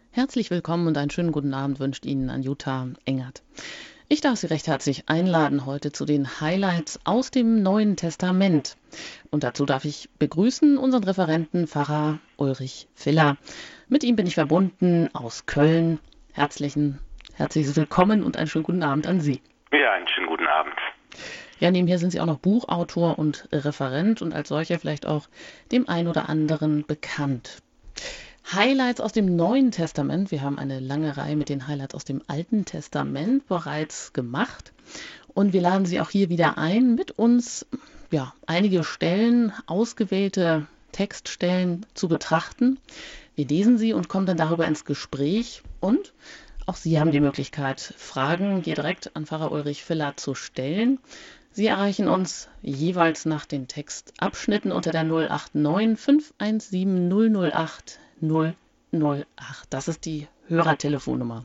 Herzlich willkommen und einen schönen guten Abend wünscht Ihnen Anjuta Engert. Ich darf Sie recht herzlich einladen heute zu den Highlights aus dem Neuen Testament. Und dazu darf ich begrüßen unseren Referenten Pfarrer Ulrich Filler. Mit ihm bin ich verbunden aus Köln. Herzliches Willkommen und einen schönen guten Abend an Sie. Ja, einen schönen guten Abend. Ja, nebenher sind Sie auch noch Buchautor und Referent und als solcher vielleicht auch dem einen oder anderen bekannt. Highlights aus dem Neuen Testament. Wir haben eine lange Reihe mit den Highlights aus dem Alten Testament bereits gemacht. Und wir laden Sie auch hier wieder ein, mit uns einige Stellen, ausgewählte Textstellen zu betrachten. Wir lesen sie und kommen dann darüber ins Gespräch. Und auch Sie haben die Möglichkeit, Fragen hier direkt an Pfarrer Ulrich Filler zu stellen. Sie erreichen uns jeweils nach den Textabschnitten unter der 089 517 008 008. Das ist die Hörertelefonnummer.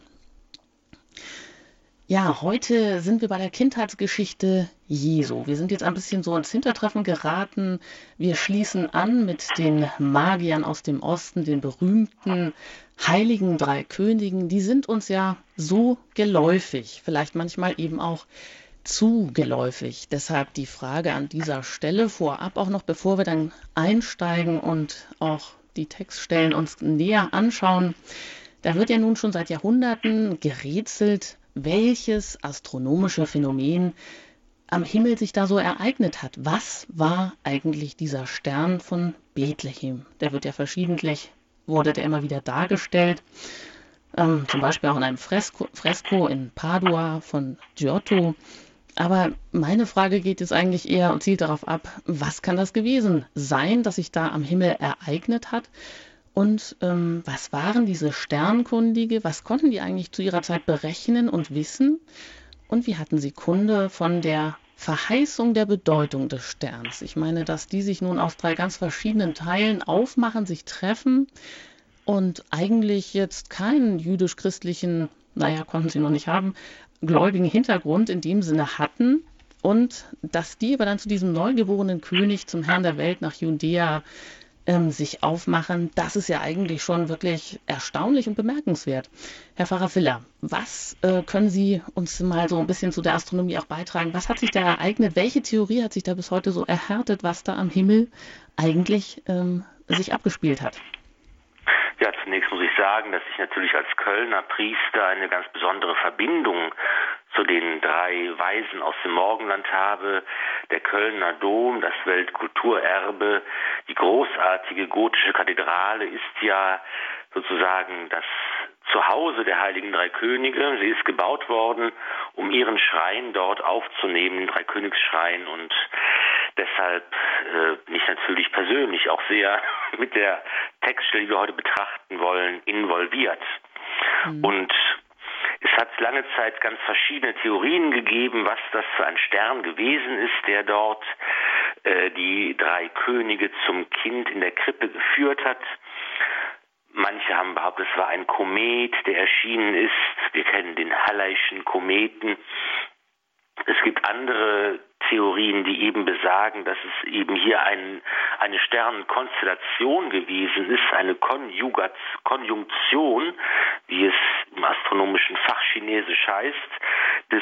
Ja, heute sind wir bei der Kindheitsgeschichte Jesu. Wir sind jetzt ein bisschen so ins Hintertreffen geraten. Wir schließen an mit den Magiern aus dem Osten, den berühmten heiligen drei Königen. Die sind uns ja so geläufig, vielleicht manchmal eben auch zu geläufig. Deshalb die Frage an dieser Stelle vorab, auch noch bevor wir dann einsteigen und auch die Textstellen uns näher anschauen. Da wird ja nun schon seit Jahrhunderten gerätselt, welches astronomische Phänomen am Himmel sich da so ereignet hat. Was war eigentlich dieser Stern von Bethlehem? Der wird ja wurde der immer wieder dargestellt. Zum Beispiel auch in einem Fresko in Padua von Giotto. Aber meine Frage geht jetzt eigentlich eher und zielt darauf ab, was kann das gewesen sein, das sich da am Himmel ereignet hat? Und was waren diese Sternkundige? Was konnten die eigentlich zu ihrer Zeit berechnen und wissen? Und wie hatten sie Kunde von der Verheißung der Bedeutung des Sterns? Ich meine, dass die sich nun aus 3 ganz verschiedenen Teilen aufmachen, sich treffen und eigentlich jetzt keinen jüdisch-christlichen, konnten sie noch nicht haben, gläubigen Hintergrund in dem Sinne hatten und dass die aber dann zu diesem neugeborenen König, zum Herrn der Welt nach Judäa sich aufmachen, das ist ja eigentlich schon wirklich erstaunlich und bemerkenswert. Herr Pfarrer Filler, was können Sie uns mal so ein bisschen zu der Astronomie auch beitragen? Was hat sich da ereignet? Welche Theorie hat sich da bis heute so erhärtet, was da am Himmel eigentlich sich abgespielt hat? Ja, zunächst muss ich sagen, dass ich natürlich als Kölner Priester eine ganz besondere Verbindung zu den 3 Weisen aus dem Morgenland habe. Der Kölner Dom, das Weltkulturerbe, die großartige gotische Kathedrale ist ja sozusagen das Zuhause der heiligen 3 Könige. Sie ist gebaut worden, um ihren Schrein dort aufzunehmen, den Dreikönigsschrein, und deshalb bin ich natürlich persönlich auch sehr mit der Textstelle, die wir heute betrachten wollen, involviert. Und es hat lange Zeit ganz verschiedene Theorien gegeben, was das für ein Stern gewesen ist, der dort die 3 Könige zum Kind in der Krippe geführt hat. Manche haben behauptet, es war ein Komet, der erschienen ist. Wir kennen den Halleischen Kometen. Es gibt andere Theorien, die eben besagen, dass es eben hier eine Sternenkonstellation gewesen ist, eine Konjunktion, wie es im astronomischen Fach Chinesisch heißt, des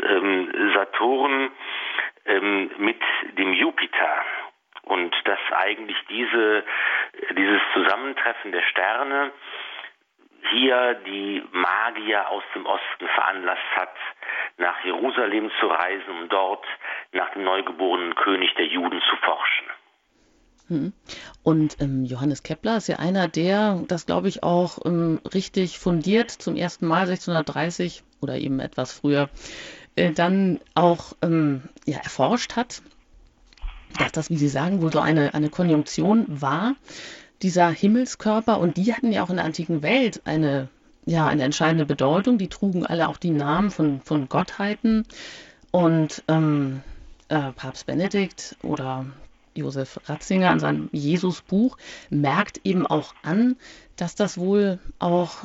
Saturn mit dem Jupiter. Und dass eigentlich dieses Zusammentreffen der Sterne hier die Magier aus dem Osten veranlasst hat, nach Jerusalem zu reisen, um dort nach dem neugeborenen König der Juden zu forschen. Und Johannes Kepler ist ja einer, der das, glaube ich, auch richtig fundiert zum ersten Mal 1630 oder eben etwas früher dann auch erforscht hat, dass das, wie Sie sagen, wohl so eine Konjunktion war, dieser Himmelskörper. Und die hatten ja auch in der antiken Welt eine entscheidende Bedeutung. Die trugen alle auch die Namen von Gottheiten. Und Papst Benedikt oder Josef Ratzinger in seinem Jesusbuch merkt eben auch an, dass das wohl auch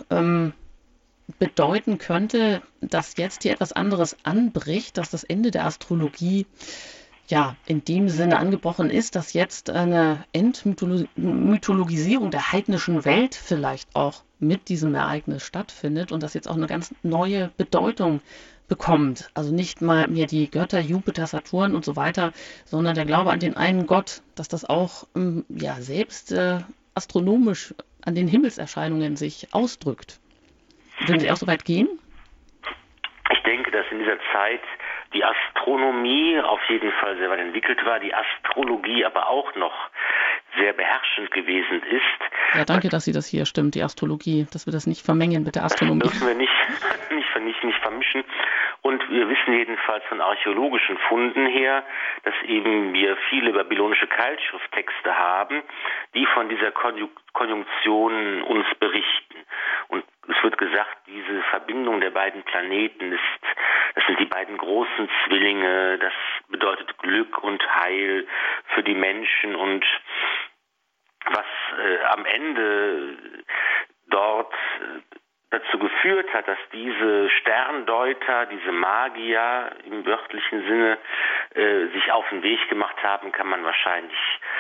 bedeuten könnte, dass jetzt hier etwas anderes anbricht, dass das Ende der Astrologie ja in dem Sinne angebrochen ist, dass jetzt eine Entmythologisierung der heidnischen Welt vielleicht auch mit diesem Ereignis stattfindet und das jetzt auch eine ganz neue Bedeutung bekommt. Also nicht mal mehr die Götter Jupiter, Saturn und so weiter, sondern der Glaube an den einen Gott, dass das auch ja selbst astronomisch an den Himmelserscheinungen sich ausdrückt. Würden Sie auch so weit gehen? Ich denke, dass in dieser Zeit die Astronomie auf jeden Fall sehr weit entwickelt war, die Astrologie aber auch noch sehr beherrschend gewesen ist. Ja, danke, dass Sie das hier stimmt, die Astrologie, dass wir das nicht vermengen mit der Astronomie. Das dürfen wir nicht vermischen. Und wir wissen jedenfalls von archäologischen Funden her, dass eben wir viele babylonische Keilschrifttexte haben, die von dieser Konjunktion uns berichten. Und es wird gesagt, diese Verbindung der beiden Planeten das sind die beiden großen Zwillinge, das bedeutet Glück und Heil für die Menschen und was am Ende dort dazu geführt hat, dass diese Sterndeuter, diese Magier im wörtlichen Sinne sich auf den Weg gemacht haben, kann man wahrscheinlich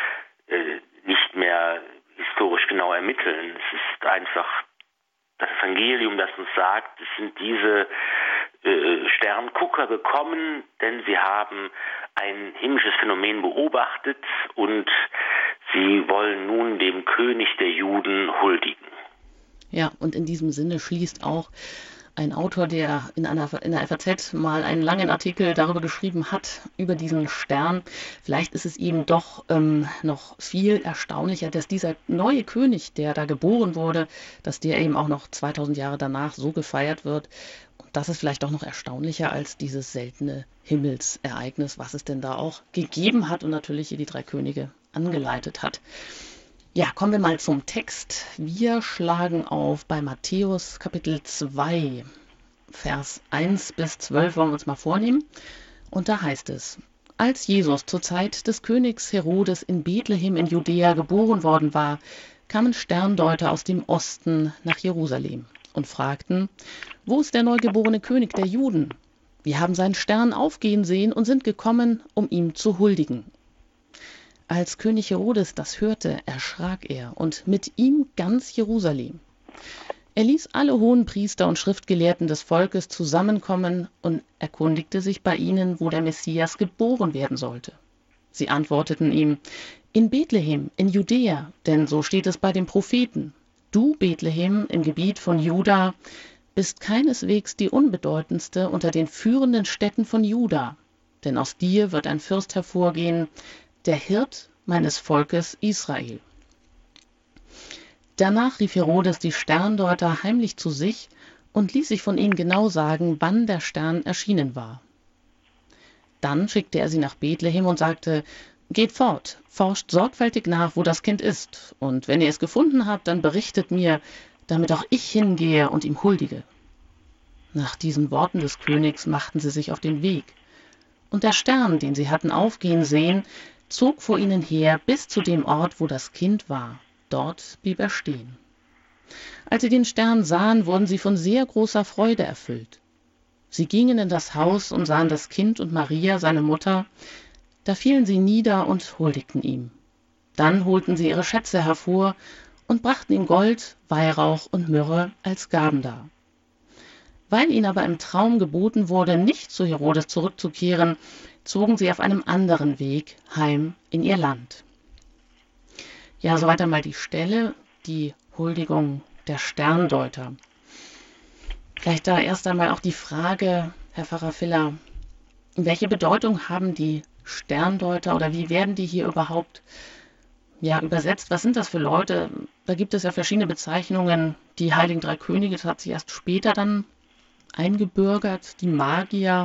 nicht mehr historisch genau ermitteln. Es ist einfach das Evangelium, das uns sagt, es sind diese Sterngucker gekommen, denn sie haben ein himmlisches Phänomen beobachtet und sie wollen nun dem König der Juden huldigen. Ja, und in diesem Sinne schließt auch ein Autor, der in der FAZ mal einen langen Artikel darüber geschrieben hat, über diesen Stern. Vielleicht ist es eben doch noch viel erstaunlicher, dass dieser neue König, der da geboren wurde, dass der eben auch noch 2000 Jahre danach so gefeiert wird. Und das ist vielleicht doch noch erstaunlicher als dieses seltene Himmelsereignis, was es denn da auch gegeben hat und natürlich hier die drei Könige angeleitet hat. Ja, kommen wir mal zum Text. Wir schlagen auf bei Matthäus Kapitel 2, Vers 1 bis 12 wollen wir uns mal vornehmen. Und da heißt es: Als Jesus zur Zeit des Königs Herodes in Bethlehem in Judäa geboren worden war, kamen Sterndeuter aus dem Osten nach Jerusalem und fragten: Wo ist der neugeborene König der Juden? Wir haben seinen Stern aufgehen sehen und sind gekommen, um ihm zu huldigen. Als König Herodes das hörte, erschrak er und mit ihm ganz Jerusalem. Er ließ alle Hohenpriester und Schriftgelehrten des Volkes zusammenkommen und erkundigte sich bei ihnen, wo der Messias geboren werden sollte. Sie antworteten ihm: In Bethlehem, in Judäa, denn so steht es bei den Propheten. Du, Bethlehem, im Gebiet von Juda, bist keineswegs die unbedeutendste unter den führenden Städten von Juda, denn aus dir wird ein Fürst hervorgehen, der Hirt meines Volkes Israel. Danach rief Herodes die Sterndeuter heimlich zu sich und ließ sich von ihnen genau sagen, wann der Stern erschienen war. Dann schickte er sie nach Bethlehem und sagte: Geht fort, forscht sorgfältig nach, wo das Kind ist, und wenn ihr es gefunden habt, dann berichtet mir, damit auch ich hingehe und ihm huldige. Nach diesen Worten des Königs machten sie sich auf den Weg, und der Stern, den sie hatten aufgehen sehen, zog vor ihnen her bis zu dem Ort, wo das Kind war. Dort blieb er stehen. Als sie den Stern sahen, wurden sie von sehr großer Freude erfüllt. Sie gingen in das Haus und sahen das Kind und Maria, seine Mutter. Da fielen sie nieder und huldigten ihm. Dann holten sie ihre Schätze hervor und brachten ihm Gold, Weihrauch und Myrrhe als Gaben dar. Weil ihnen aber im Traum geboten wurde, nicht zu Herodes zurückzukehren, zogen sie auf einem anderen Weg heim in ihr Land. Ja, soweit einmal die Stelle, die Huldigung der Sterndeuter. Vielleicht da erst einmal auch die Frage, Herr Pfarrer Viller, welche Bedeutung haben die Sterndeuter oder wie werden die hier überhaupt übersetzt? Was sind das für Leute? Da gibt es ja verschiedene Bezeichnungen. Die Heiligen Drei Könige, das hat sich erst später dann eingebürgert, die Magier.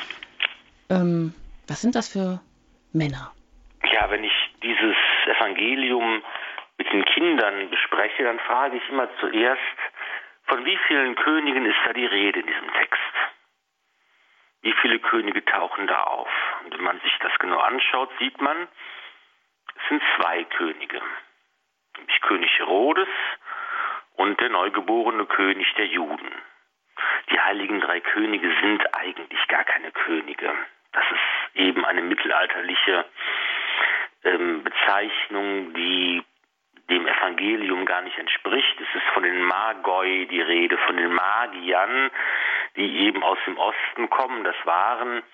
Was sind das für Männer? Ja, wenn ich dieses Evangelium mit den Kindern bespreche, dann frage ich immer zuerst, von wie vielen Königen ist da die Rede in diesem Text? Wie viele Könige tauchen da auf? Und wenn man sich das genau anschaut, sieht man, es sind zwei Könige, nämlich König Herodes und der neugeborene König der Juden. Die Heiligen Drei Könige sind eigentlich gar keine Könige. Das ist eben eine mittelalterliche Bezeichnung, die dem Evangelium gar nicht entspricht. Es ist von den Magoi die Rede, von den Magiern, die eben aus dem Osten kommen. Das waren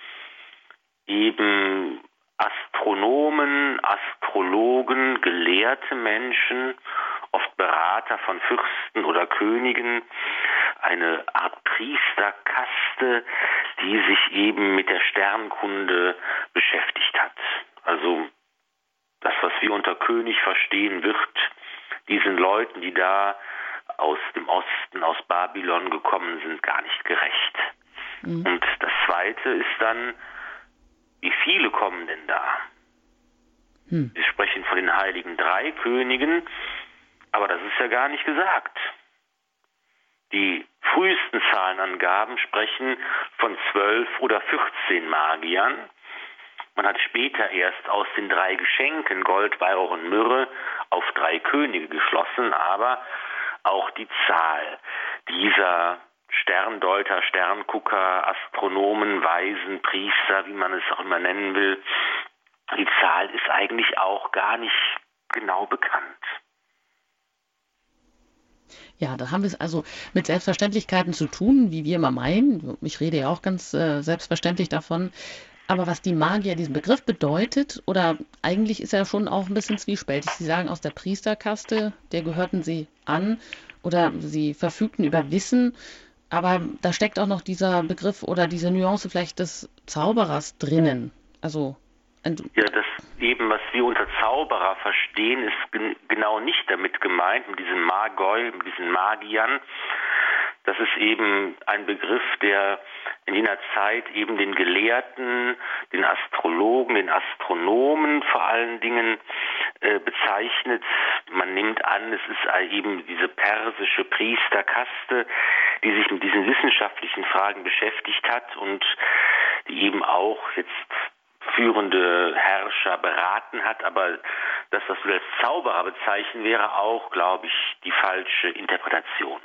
eben Astronomen, Astrologen, gelehrte Menschen, oft Berater von Fürsten oder Königen, eine Art Priesterkaste, die sich eben mit der Sternkunde beschäftigt hat. Also das, was wir unter König verstehen, wird diesen Leuten, die da aus dem Osten, aus Babylon gekommen sind, gar nicht gerecht. Und das Zweite ist dann, wie viele kommen denn da? Wir sprechen von den heiligen 3 Königen, aber das ist ja gar nicht gesagt. Die frühesten Zahlenangaben sprechen von 12 oder 14 Magiern. Man hat später erst aus den 3 Geschenken, Gold, Weihrauch und Myrrhe, auf 3 Könige geschlossen, aber auch die Zahl dieser Sterndeuter, Sterngucker, Astronomen, Weisen, Priester, wie man es auch immer nennen will, die Zahl ist eigentlich auch gar nicht genau bekannt. Ja, da haben wir es also mit Selbstverständlichkeiten zu tun, wie wir immer meinen. Ich rede ja auch ganz selbstverständlich davon. Aber was die Magier, diesen Begriff bedeutet, oder eigentlich ist er schon auch ein bisschen zwiespältig. Sie sagen, aus der Priesterkaste, der gehörten sie an, oder sie verfügten über Wissen, aber da steckt auch noch dieser Begriff oder diese Nuance vielleicht des Zauberers drinnen. Also ja, das eben, was wir unter Zauberer verstehen, ist genau nicht damit gemeint, mit diesem Magoi, mit diesen Magiern. Das ist eben ein Begriff, der in jener Zeit eben den Gelehrten, den Astrologen, den Astronomen vor allen Dingen bezeichnet. Man nimmt an, es ist eben diese persische Priesterkaste, die sich mit diesen wissenschaftlichen Fragen beschäftigt hat und die eben auch jetzt führende Herrscher beraten hat, aber das, was wir als Zauberer bezeichnen, wäre auch, glaube ich, die falsche Interpretation.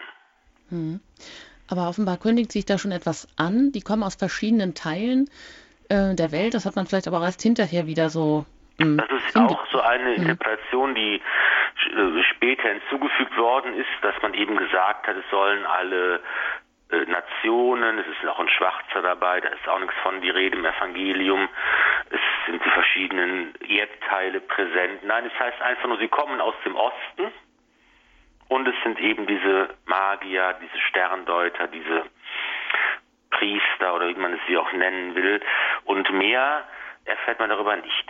Aber offenbar kündigt sich da schon etwas an. Die kommen aus verschiedenen Teilen der Welt. Das hat man vielleicht aber auch erst hinterher wieder so. Das ist auch so eine Interpretation, die später hinzugefügt worden ist, dass man eben gesagt hat, es sollen alle Nationen, es ist auch ein Schwarzer dabei, da ist auch nichts von die Rede im Evangelium, es sind die verschiedenen Erdteile präsent. Nein, es heißt einfach nur, sie kommen aus dem Osten und es sind eben diese Magier, diese Sterndeuter, diese Priester oder wie man es sie auch nennen will, und mehr erfährt man darüber nicht.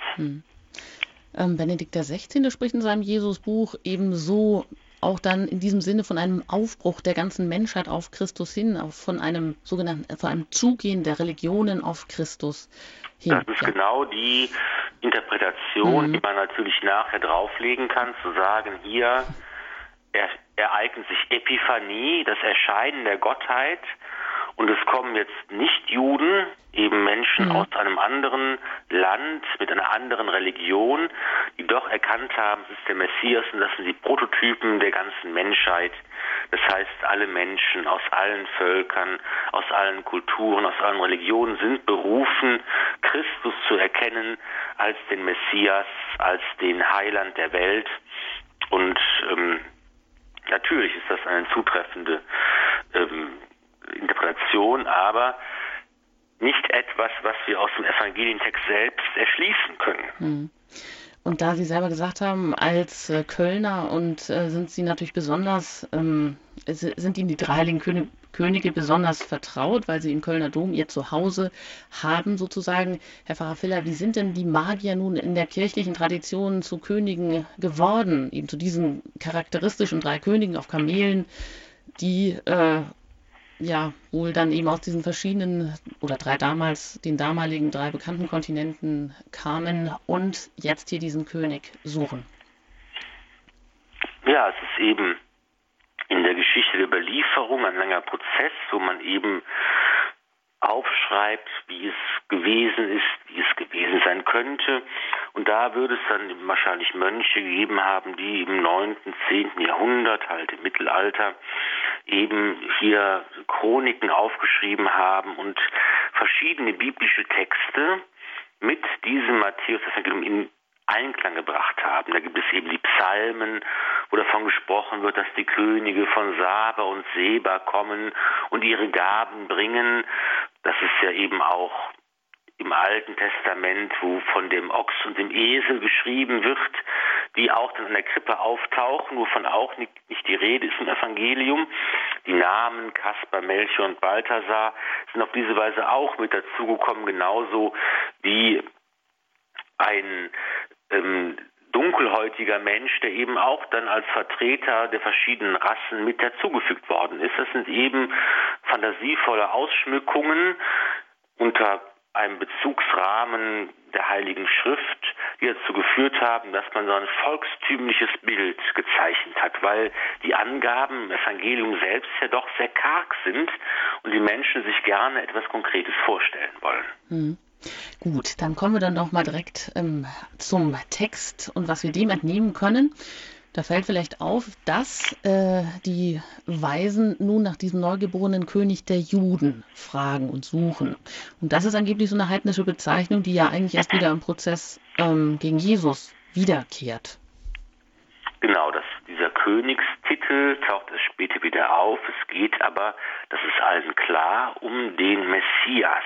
Benedikt XVI. Spricht in seinem Jesusbuch ebenso auch dann in diesem Sinne von einem Aufbruch der ganzen Menschheit auf Christus hin, von einem sogenannten, von einem Zugehen der Religionen auf Christus hin. Das ist genau die Interpretation, die man natürlich nachher drauflegen kann, zu sagen, hier ereignet sich Epiphanie, das Erscheinen der Gottheit, und es kommen jetzt nicht Juden, eben Menschen aus einem anderen Land, mit einer anderen Religion, die doch erkannt haben, es ist der Messias und das sind die Prototypen der ganzen Menschheit. Das heißt, alle Menschen aus allen Völkern, aus allen Kulturen, aus allen Religionen sind berufen, Christus zu erkennen als den Messias, als den Heiland der Welt. Und natürlich ist das eine zutreffende Interpretation, aber nicht etwas, was wir aus dem Evangelientext selbst erschließen können. Und da Sie selber gesagt haben, als Kölner und sind Sie natürlich besonders, sind Ihnen die 3 heiligen Könige besonders vertraut, weil Sie im Kölner Dom Ihr Zuhause haben sozusagen. Herr Pfarrer Viller, wie sind denn die Magier nun in der kirchlichen Tradition zu Königen geworden, eben zu diesen charakteristischen 3 Königen auf Kamelen, die wohl dann eben aus diesen verschiedenen oder den damaligen 3 bekannten Kontinenten kamen und jetzt hier diesen König suchen? Ja, es ist eben in der Geschichte der Überlieferung ein langer Prozess, wo man eben aufschreibt, wie es gewesen ist, wie es gewesen sein könnte. Und da würde es dann wahrscheinlich Mönche gegeben haben, die im 9., 10. Jahrhundert, halt im Mittelalter, eben hier Chroniken aufgeschrieben haben und verschiedene biblische Texte mit diesem Matthäus-Evangelium in Einklang gebracht haben. Da gibt es eben die Psalmen, wo davon gesprochen wird, dass die Könige von Saba und Seba kommen und ihre Gaben bringen. Das ist ja eben auch im Alten Testament, wo von dem Ochs und dem Esel geschrieben wird, die auch dann in der Krippe auftauchen, wovon auch nicht die Rede ist im Evangelium. Die Namen Kaspar, Melchior und Balthasar sind auf diese Weise auch mit dazugekommen, genauso wie ein dunkelhäutiger Mensch, der eben auch dann als Vertreter der verschiedenen Rassen mit dazugefügt worden ist. Das sind eben fantasievolle Ausschmückungen unter einem Bezugsrahmen der Heiligen Schrift, die dazu geführt haben, dass man so ein volkstümliches Bild gezeichnet hat, weil die Angaben im Evangelium selbst ja doch sehr karg sind und die Menschen sich gerne etwas Konkretes vorstellen wollen. Gut, dann kommen wir dann doch mal direkt zum Text und was wir dem entnehmen können. Da fällt vielleicht auf, dass die Weisen nun nach diesem neugeborenen König der Juden fragen und suchen. Und das ist angeblich so eine heidnische Bezeichnung, die ja eigentlich erst wieder im Prozess gegen Jesus wiederkehrt. Genau, dieser Königstitel taucht erst später wieder auf. Es geht aber, das ist allen klar, um den Messias.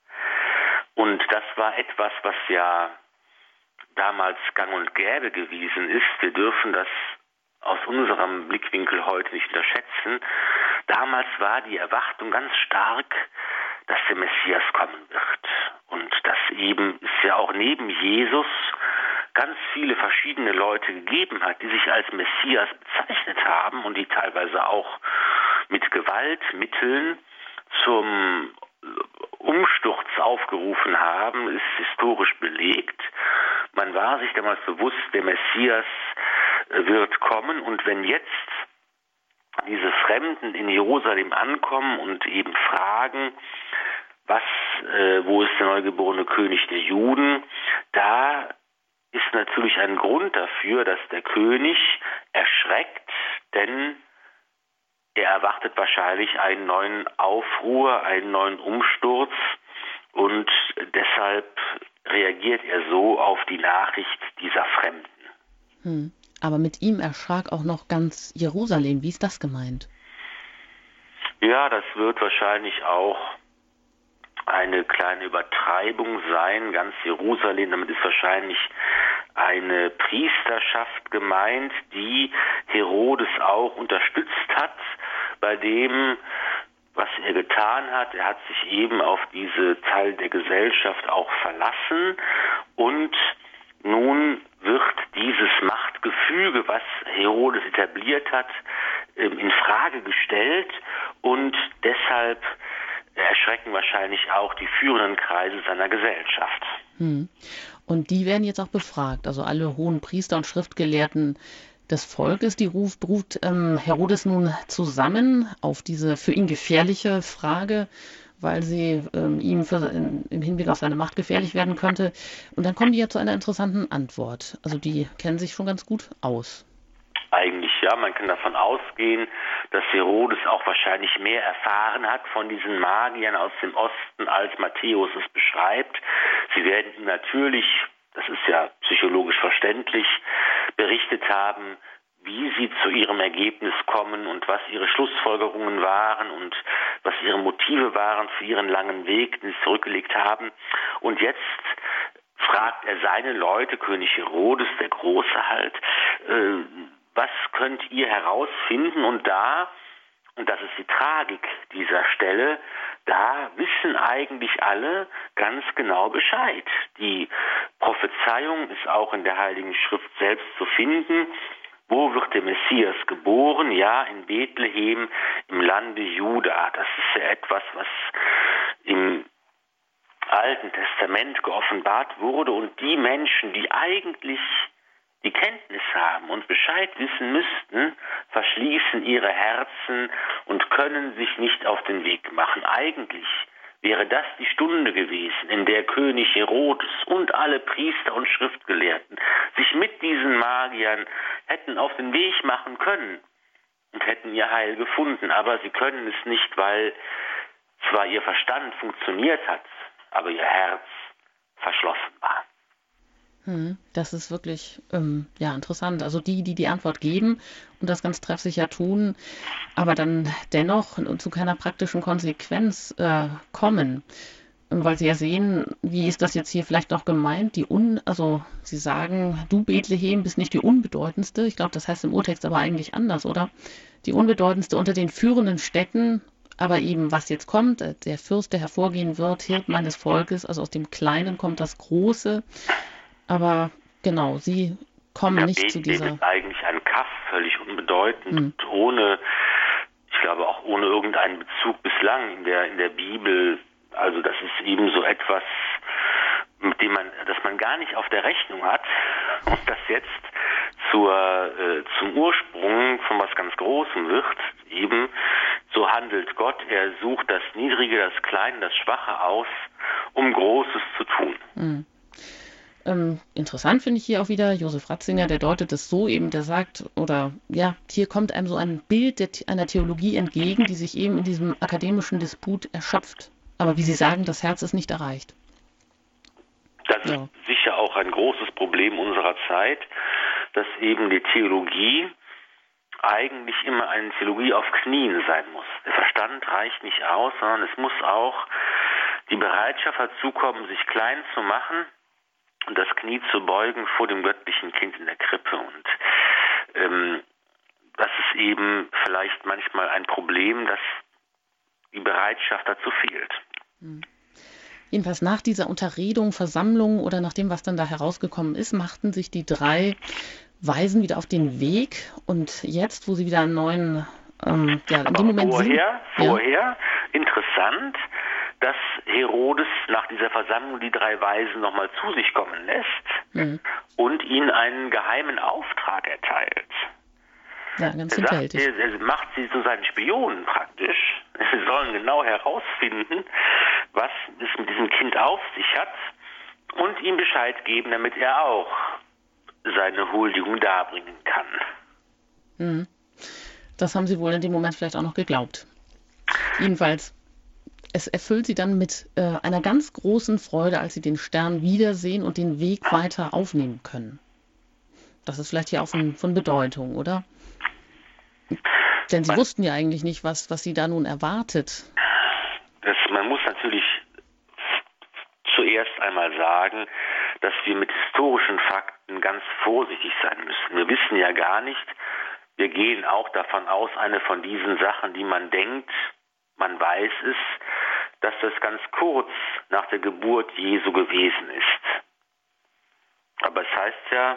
Und das war etwas, was ja damals gang und gäbe gewesen ist. Wir dürfen das aus unserem Blickwinkel heute nicht unterschätzen. Damals war die Erwartung ganz stark, dass der Messias kommen wird. Und dass eben es ja auch neben Jesus ganz viele verschiedene Leute gegeben hat, die sich als Messias bezeichnet haben und die teilweise auch mit Gewaltmitteln zum Umsturz aufgerufen haben, ist historisch belegt. Man war sich damals bewusst, der Messias wird kommen, und wenn jetzt diese Fremden in Jerusalem ankommen und eben fragen, wo ist der neugeborene König der Juden, da ist natürlich ein Grund dafür, dass der König erschreckt, denn er erwartet wahrscheinlich einen neuen Aufruhr, einen neuen Umsturz, und deshalb reagiert er so auf die Nachricht dieser Fremden. Aber mit ihm erschrak auch noch ganz Jerusalem. Wie ist das gemeint? Ja, das wird wahrscheinlich auch eine kleine Übertreibung sein. Ganz Jerusalem, damit ist wahrscheinlich eine Priesterschaft gemeint, die Herodes auch unterstützt hat bei dem, was er getan hat. Er hat sich eben auf diese Teil der Gesellschaft auch verlassen, und nun wird dieses Machtgefüge, was Herodes etabliert hat, in Frage gestellt, und deshalb erschrecken wahrscheinlich auch die führenden Kreise seiner Gesellschaft. Und die werden jetzt auch befragt, also alle hohen Priester und Schriftgelehrten des Volkes, die ruft Herodes nun zusammen auf diese für ihn gefährliche Frage, weil sie ihm im Hinblick auf seine Macht gefährlich werden könnte. Und dann kommen die ja zu einer interessanten Antwort. Also die kennen sich schon ganz gut aus. Eigentlich ja, man kann davon ausgehen, dass Herodes auch wahrscheinlich mehr erfahren hat von diesen Magiern aus dem Osten, als Matthäus es beschreibt. Sie werden ihm natürlich, das ist ja psychologisch verständlich, berichtet haben, wie sie zu ihrem Ergebnis kommen und was ihre Schlussfolgerungen waren und was ihre Motive waren für ihren langen Weg, den sie zurückgelegt haben. Und jetzt fragt er seine Leute, König Herodes, der Große halt, was könnt ihr herausfinden? Und das ist die Tragik dieser Stelle, da wissen eigentlich alle ganz genau Bescheid. Die Prophezeiung ist auch in der Heiligen Schrift selbst zu finden. Wo wird der Messias geboren? Ja, in Bethlehem im Lande Juda. Das ist ja etwas, was im Alten Testament geoffenbart wurde, und die Menschen, die eigentlich die Kenntnis haben und Bescheid wissen müssten, verschließen ihre Herzen und können sich nicht auf den Weg machen. Eigentlich wäre das die Stunde gewesen, in der König Herodes und alle Priester und Schriftgelehrten sich mit diesen Magiern hätten auf den Weg machen können und hätten ihr Heil gefunden. Aber sie können es nicht, weil zwar ihr Verstand funktioniert hat, aber ihr Herz verschlossen war. Das ist wirklich interessant. Also die Antwort geben und das ganz treffsicher tun, aber dann dennoch zu keiner praktischen Konsequenz kommen. Weil Sie ja sehen, wie ist das jetzt hier vielleicht noch gemeint? Also Sie sagen, du Bethlehem bist nicht die unbedeutendste. Ich glaube, das heißt im Urtext aber eigentlich anders, oder? Die unbedeutendste unter den führenden Städten, aber eben was jetzt kommt, der Fürst, der hervorgehen wird, Hirt meines Volkes, also aus dem Kleinen kommt das Große. Aber genau, Sie kommen nicht zu dieser... ist eigentlich ein Kaff, völlig unbedeutend, ich glaube auch ohne irgendeinen Bezug bislang in der Bibel. Also das ist eben so etwas, mit dem das man gar nicht auf der Rechnung hat und das jetzt zum Ursprung von was ganz Großem wird. Eben so handelt Gott. Er sucht das Niedrige, das Kleine, das Schwache aus, um Großes zu tun. Interessant finde ich hier auch wieder, Josef Ratzinger, der deutet es so eben, der sagt, hier kommt einem so ein Bild einer Theologie entgegen, die sich eben in diesem akademischen Disput erschöpft. Aber wie Sie sagen, das Herz ist nicht erreicht. Das ist sicher auch ein großes Problem unserer Zeit, dass eben die Theologie eigentlich immer eine Theologie auf Knien sein muss. Der Verstand reicht nicht aus, sondern es muss auch die Bereitschaft dazu kommen, sich klein zu machen und das Knie zu beugen vor dem göttlichen Kind in der Krippe. Und das ist eben vielleicht manchmal ein Problem, dass die Bereitschaft dazu fehlt. Jedenfalls nach dieser Unterredung, Versammlung oder nach dem, was dann da herausgekommen ist, machten sich die 3 Weisen wieder auf den Weg. Und jetzt, wo sie wieder einen neuen, in dem Moment vorher, interessant, dass Herodes nach dieser Versammlung die 3 Weisen nochmal zu sich kommen lässt und ihnen einen geheimen Auftrag erteilt. Ja, ganz hinterhältig. Er macht sie zu seinen Spionen praktisch. Sie sollen genau herausfinden, was es mit diesem Kind auf sich hat und ihm Bescheid geben, damit er auch seine Huldigung darbringen kann. Das haben sie wohl in dem Moment vielleicht auch noch geglaubt. Jedenfalls, es erfüllt sie dann mit einer ganz großen Freude, als sie den Stern wiedersehen und den Weg weiter aufnehmen können. Das ist vielleicht hier auch von Bedeutung, oder? Denn sie wussten ja eigentlich nicht, was sie da nun erwartet. Man muss natürlich zuerst einmal sagen, dass wir mit historischen Fakten ganz vorsichtig sein müssen. Wir wissen ja gar nicht, wir gehen auch davon aus, eine von diesen Sachen, die man denkt, man weiß es, dass das ganz kurz nach der Geburt Jesu gewesen ist. Aber es heißt ja,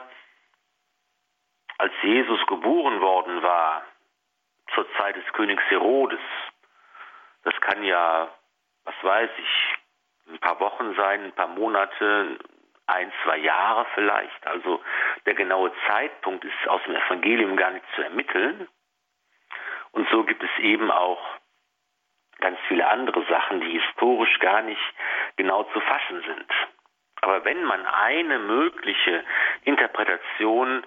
als Jesus geboren worden war, zur Zeit des Königs Herodes, das kann ja, was weiß ich, ein paar Wochen sein, ein paar Monate, 1, 2 Jahre vielleicht. Also der genaue Zeitpunkt ist aus dem Evangelium gar nicht zu ermitteln. Und so gibt es eben auch ganz viele andere Sachen, die historisch gar nicht genau zu fassen sind. Aber wenn man eine mögliche Interpretation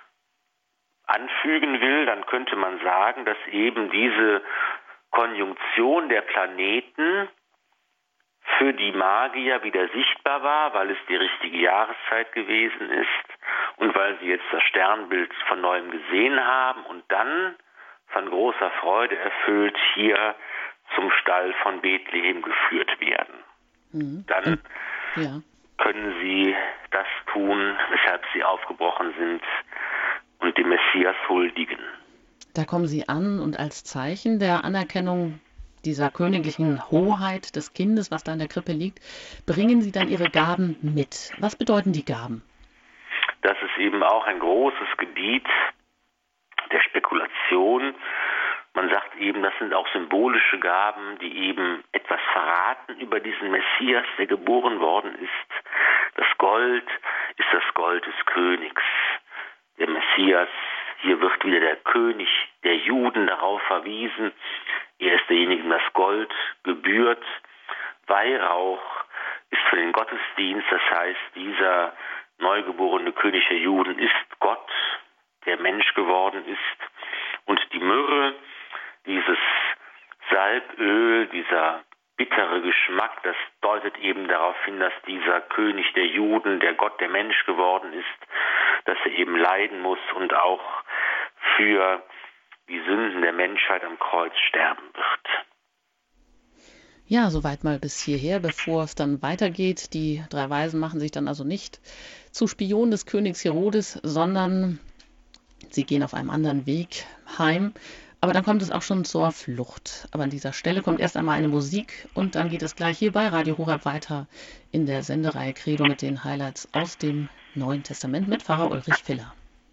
anfügen will, dann könnte man sagen, dass eben diese Konjunktion der Planeten für die Magier wieder sichtbar war, weil es die richtige Jahreszeit gewesen ist und weil sie jetzt das Sternbild von neuem gesehen haben und dann von großer Freude erfüllt hier zum Stall von Bethlehem geführt werden. Dann können sie das tun, weshalb sie aufgebrochen sind und dem Messias huldigen. Da kommen sie an und als Zeichen der Anerkennung dieser königlichen Hoheit des Kindes, was da in der Krippe liegt, bringen sie dann ihre Gaben mit. Was bedeuten die Gaben? Das ist eben auch ein großes Gebiet der Spekulation. Man sagt eben, das sind auch symbolische Gaben, die eben etwas verraten über diesen Messias, der geboren worden ist. Das Gold ist das Gold des Königs. Der Messias, hier wird wieder der König der Juden darauf verwiesen. Er ist derjenige, dem das Gold gebührt. Weihrauch ist für den Gottesdienst, das heißt, dieser neugeborene König der Juden ist Gott, der Mensch geworden ist. Und die Myrrhe, dieses Salböl, dieser bittere Geschmack, das deutet eben darauf hin, dass dieser König der Juden, der Gott, der Mensch geworden ist, dass er eben leiden muss und auch für die Sünden der Menschheit am Kreuz sterben wird. Ja, soweit mal bis hierher, bevor es dann weitergeht. Die 3 Weisen machen sich dann also nicht zu Spionen des Königs Herodes, sondern sie gehen auf einem anderen Weg heim. Aber dann kommt es auch schon zur Flucht. Aber an dieser Stelle kommt erst einmal eine Musik und dann geht es gleich hier bei Radio Horeb weiter in der Sendereihe Credo mit den Highlights aus dem Neuen Testament mit Pfarrer Ulrich Filler.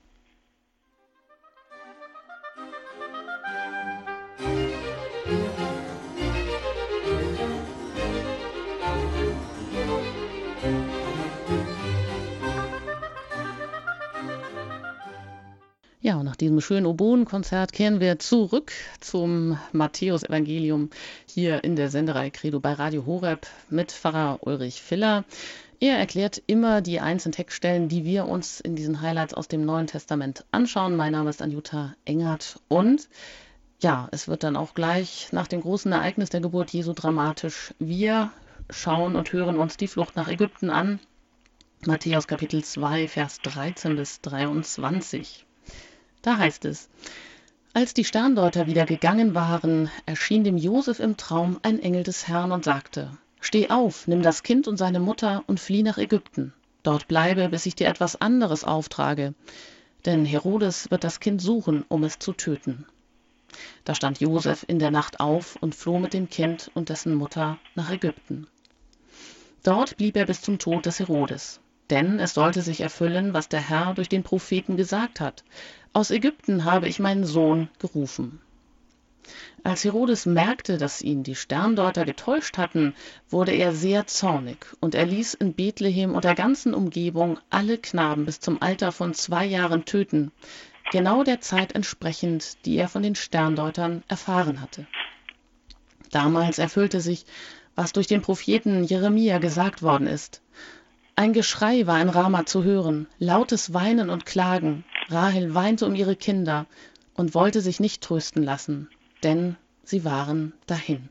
Ja, und nach diesem schönen Oboenkonzert kehren wir zurück zum Matthäus-Evangelium hier in der Sendereihe Credo bei Radio Horeb mit Pfarrer Ulrich Filler. Er erklärt immer die einzelnen Textstellen, die wir uns in diesen Highlights aus dem Neuen Testament anschauen. Mein Name ist Anjuta Engert und ja, es wird dann auch gleich nach dem großen Ereignis der Geburt Jesu dramatisch. Wir schauen und hören uns die Flucht nach Ägypten an. Matthäus Kapitel 2, Vers 13 bis 23. Da heißt es: Als die Sterndeuter wieder gegangen waren, erschien dem Josef im Traum ein Engel des Herrn und sagte: Steh auf, nimm das Kind und seine Mutter und flieh nach Ägypten. Dort bleibe, bis ich dir etwas anderes auftrage. Denn Herodes wird das Kind suchen, um es zu töten. Da stand Josef in der Nacht auf und floh mit dem Kind und dessen Mutter nach Ägypten. Dort blieb er bis zum Tod des Herodes. Denn es sollte sich erfüllen, was der Herr durch den Propheten gesagt hat: Aus Ägypten habe ich meinen Sohn gerufen. Als Herodes merkte, dass ihn die Sterndeuter getäuscht hatten, wurde er sehr zornig und er ließ in Bethlehem und der ganzen Umgebung alle Knaben bis zum Alter von 2 Jahren töten, genau der Zeit entsprechend, die er von den Sterndeutern erfahren hatte. Damals erfüllte sich, was durch den Propheten Jeremia gesagt worden ist: Ein Geschrei war in Rama zu hören, lautes Weinen und Klagen. Rahel weinte um ihre Kinder und wollte sich nicht trösten lassen, denn sie waren dahin.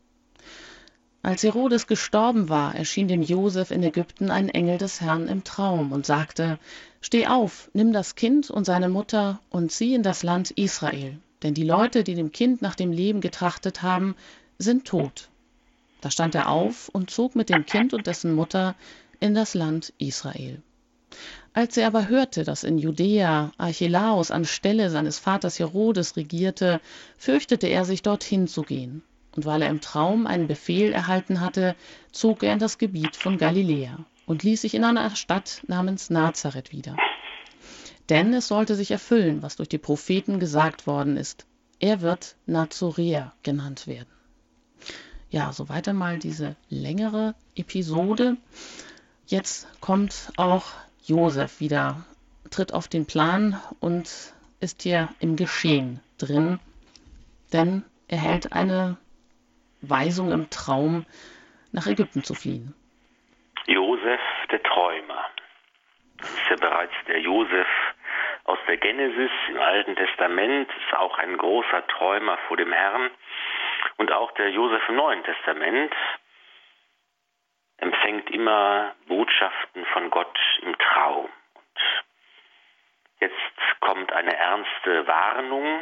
Als Herodes gestorben war, erschien dem Josef in Ägypten ein Engel des Herrn im Traum und sagte: Steh auf, nimm das Kind und seine Mutter und zieh in das Land Israel, denn die Leute, die dem Kind nach dem Leben getrachtet haben, sind tot. Da stand er auf und zog mit dem Kind und dessen Mutter in das Land Israel. Als er aber hörte, dass in Judäa Archelaus anstelle seines Vaters Herodes regierte, fürchtete er sich, dorthin zu gehen. Und weil er im Traum einen Befehl erhalten hatte, zog er in das Gebiet von Galiläa und ließ sich in einer Stadt namens Nazareth wieder. Denn es sollte sich erfüllen, was durch die Propheten gesagt worden ist: Er wird Nazoräer genannt werden. Ja, soweit einmal diese längere Episode. Jetzt kommt auch Josef wieder, tritt auf den Plan und ist hier im Geschehen drin, denn er erhält eine Weisung im Traum, nach Ägypten zu fliehen. Josef, der Träumer. Das ist ja bereits der Josef aus der Genesis im Alten Testament, ist auch ein großer Träumer vor dem Herrn. Und auch der Josef im Neuen Testament empfängt immer Botschaften von Gott im Traum. Und jetzt kommt eine ernste Warnung.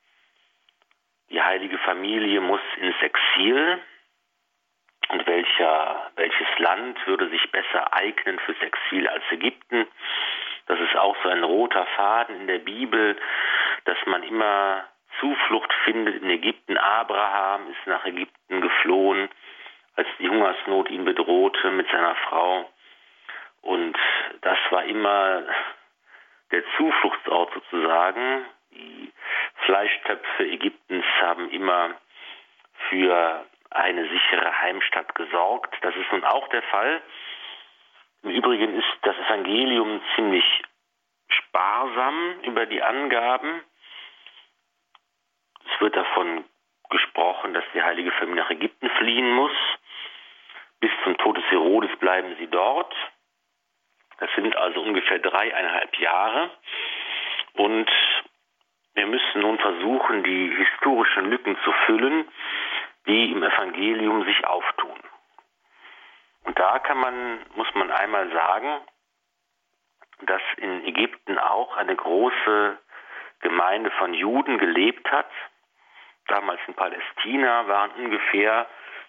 Die heilige Familie muss ins Exil. Und welches Land würde sich besser eignen fürs Exil als Ägypten? Das ist auch so ein roter Faden in der Bibel, dass man immer Zuflucht findet in Ägypten. Abraham ist nach Ägypten geflohen, als die Hungersnot ihn bedrohte mit seiner Frau. Und das war immer der Zufluchtsort sozusagen. Die Fleischtöpfe Ägyptens haben immer für eine sichere Heimstatt gesorgt. Das ist nun auch der Fall. Im Übrigen ist das Evangelium ziemlich sparsam über die Angaben. Es wird davon gesprochen, dass die heilige Familie nach Ägypten fliehen muss. Bis zum Tod des Herodes bleiben sie dort. Das sind also ungefähr 3,5 Jahre. Und wir müssen nun versuchen, die historischen Lücken zu füllen. die im Evangelium sich auftun. Und da muss man einmal sagen, dass in Ägypten auch eine große Gemeinde von Juden gelebt hat. Damals in Palästina waren ungefähr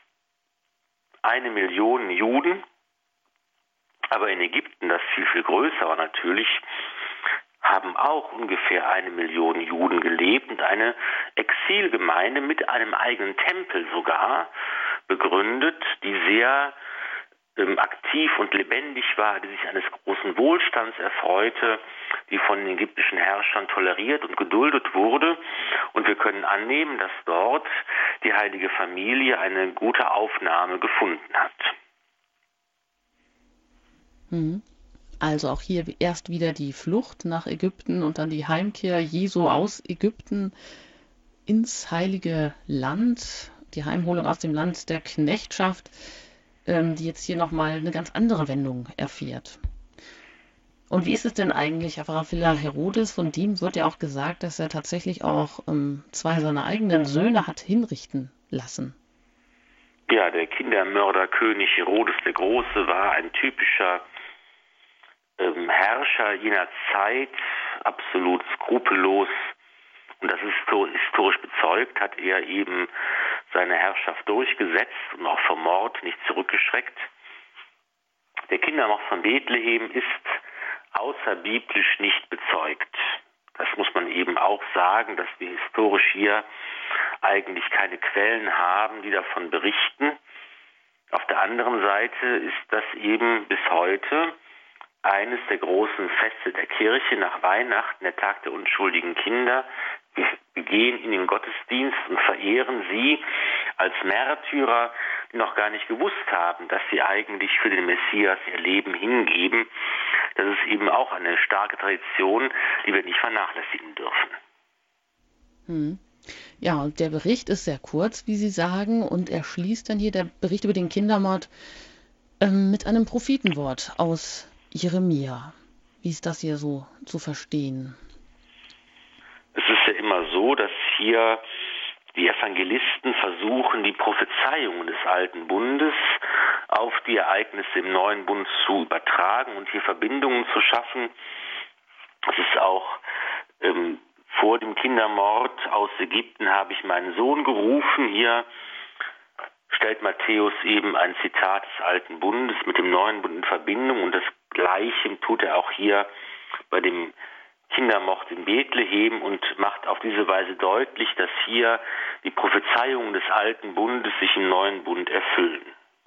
1 Million Juden. Aber in Ägypten, das viel, viel größer war natürlich, haben auch ungefähr 1 Million Juden gelebt und eine Exilgemeinde mit einem eigenen Tempel sogar begründet, die sehr aktiv und lebendig war, die sich eines großen Wohlstands erfreute, die von den ägyptischen Herrschern toleriert und geduldet wurde. Und wir können annehmen, dass dort die heilige Familie eine gute Aufnahme gefunden hat. Also auch hier erst wieder die Flucht nach Ägypten und dann die Heimkehr Jesu aus Ägypten ins Heilige Land, die Heimholung aus dem Land der Knechtschaft, die jetzt hier nochmal eine ganz andere Wendung erfährt. Und wie ist es denn eigentlich, Herr Pfarrer Filler, Herodes, von dem wird ja auch gesagt, dass er tatsächlich auch 2 seiner eigenen Söhne hat hinrichten lassen. Ja, der Kindermörderkönig Herodes der Große war ein typischer Herrscher jener Zeit, absolut skrupellos. Und das ist historisch bezeugt, hat er eben seine Herrschaft durchgesetzt und auch vor Mord nicht zurückgeschreckt. Der Kindermord von Bethlehem ist außerbiblisch nicht bezeugt. Das muss man eben auch sagen, dass wir historisch hier eigentlich keine Quellen haben, die davon berichten. Auf der anderen Seite ist das eben bis heute eines der großen Feste der Kirche nach Weihnachten, der Tag der unschuldigen Kinder. Wir gehen in den Gottesdienst und verehren sie als Märtyrer, die noch gar nicht gewusst haben, dass sie eigentlich für den Messias ihr Leben hingeben. Das ist eben auch eine starke Tradition, die wir nicht vernachlässigen dürfen. Ja, und der Bericht ist sehr kurz, wie Sie sagen, und er schließt dann hier, der Bericht über den Kindermord, mit einem Prophetenwort aus Jeremia. Wie ist das hier so zu verstehen? Es ist ja immer so, dass hier die Evangelisten versuchen, die Prophezeiungen des Alten Bundes auf die Ereignisse im Neuen Bund zu übertragen und hier Verbindungen zu schaffen. Es ist auch vor dem Kindermord aus Ägypten habe ich meinen Sohn gerufen. Hier stellt Matthäus eben ein Zitat des Alten Bundes mit dem Neuen Bund in Verbindung und das Gleiche tut er auch hier bei dem Kindermord in Bethlehem und macht auf diese Weise deutlich, dass hier die Prophezeiungen des Alten Bundes sich im Neuen Bund erfüllen.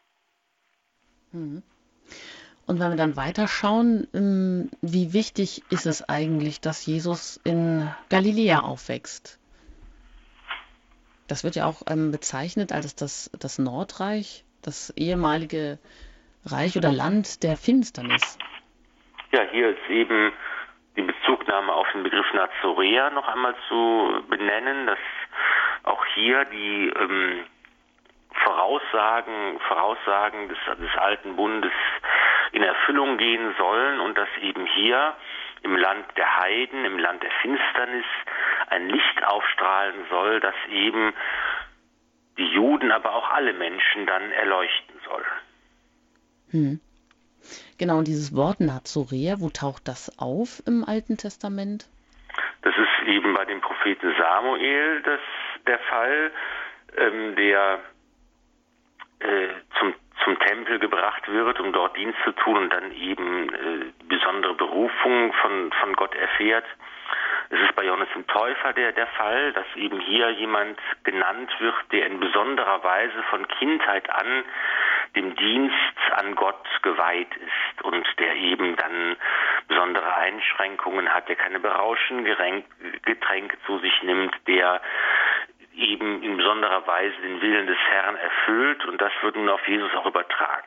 Und wenn wir dann weiterschauen, wie wichtig ist es eigentlich, dass Jesus in Galiläa aufwächst? Das wird ja auch bezeichnet als das Nordreich, das ehemalige Reich oder Land der Finsternis. Ja, hier ist eben die Bezugnahme auf den Begriff Nazoräer noch einmal zu benennen, dass auch hier die Voraussagen des Alten Bundes in Erfüllung gehen sollen und dass eben hier im Land der Heiden, im Land der Finsternis ein Licht aufstrahlen soll, das eben die Juden, aber auch alle Menschen dann erleuchten soll. Genau, und dieses Wort Nazoräer, wo taucht das auf im Alten Testament? Das ist eben bei dem Propheten Samuel der Fall, der zum Tempel gebracht wird, um dort Dienst zu tun und dann eben die besondere Berufung von Gott erfährt. Es ist bei Johannes dem Täufer der Fall, dass eben hier jemand genannt wird, der in besonderer Weise von Kindheit an dem Dienst an Gott geweiht ist und der eben dann besondere Einschränkungen hat, der keine berauschenden Getränke zu sich nimmt, der eben in besonderer Weise den Willen des Herrn erfüllt und das wird nun auf Jesus auch übertragen.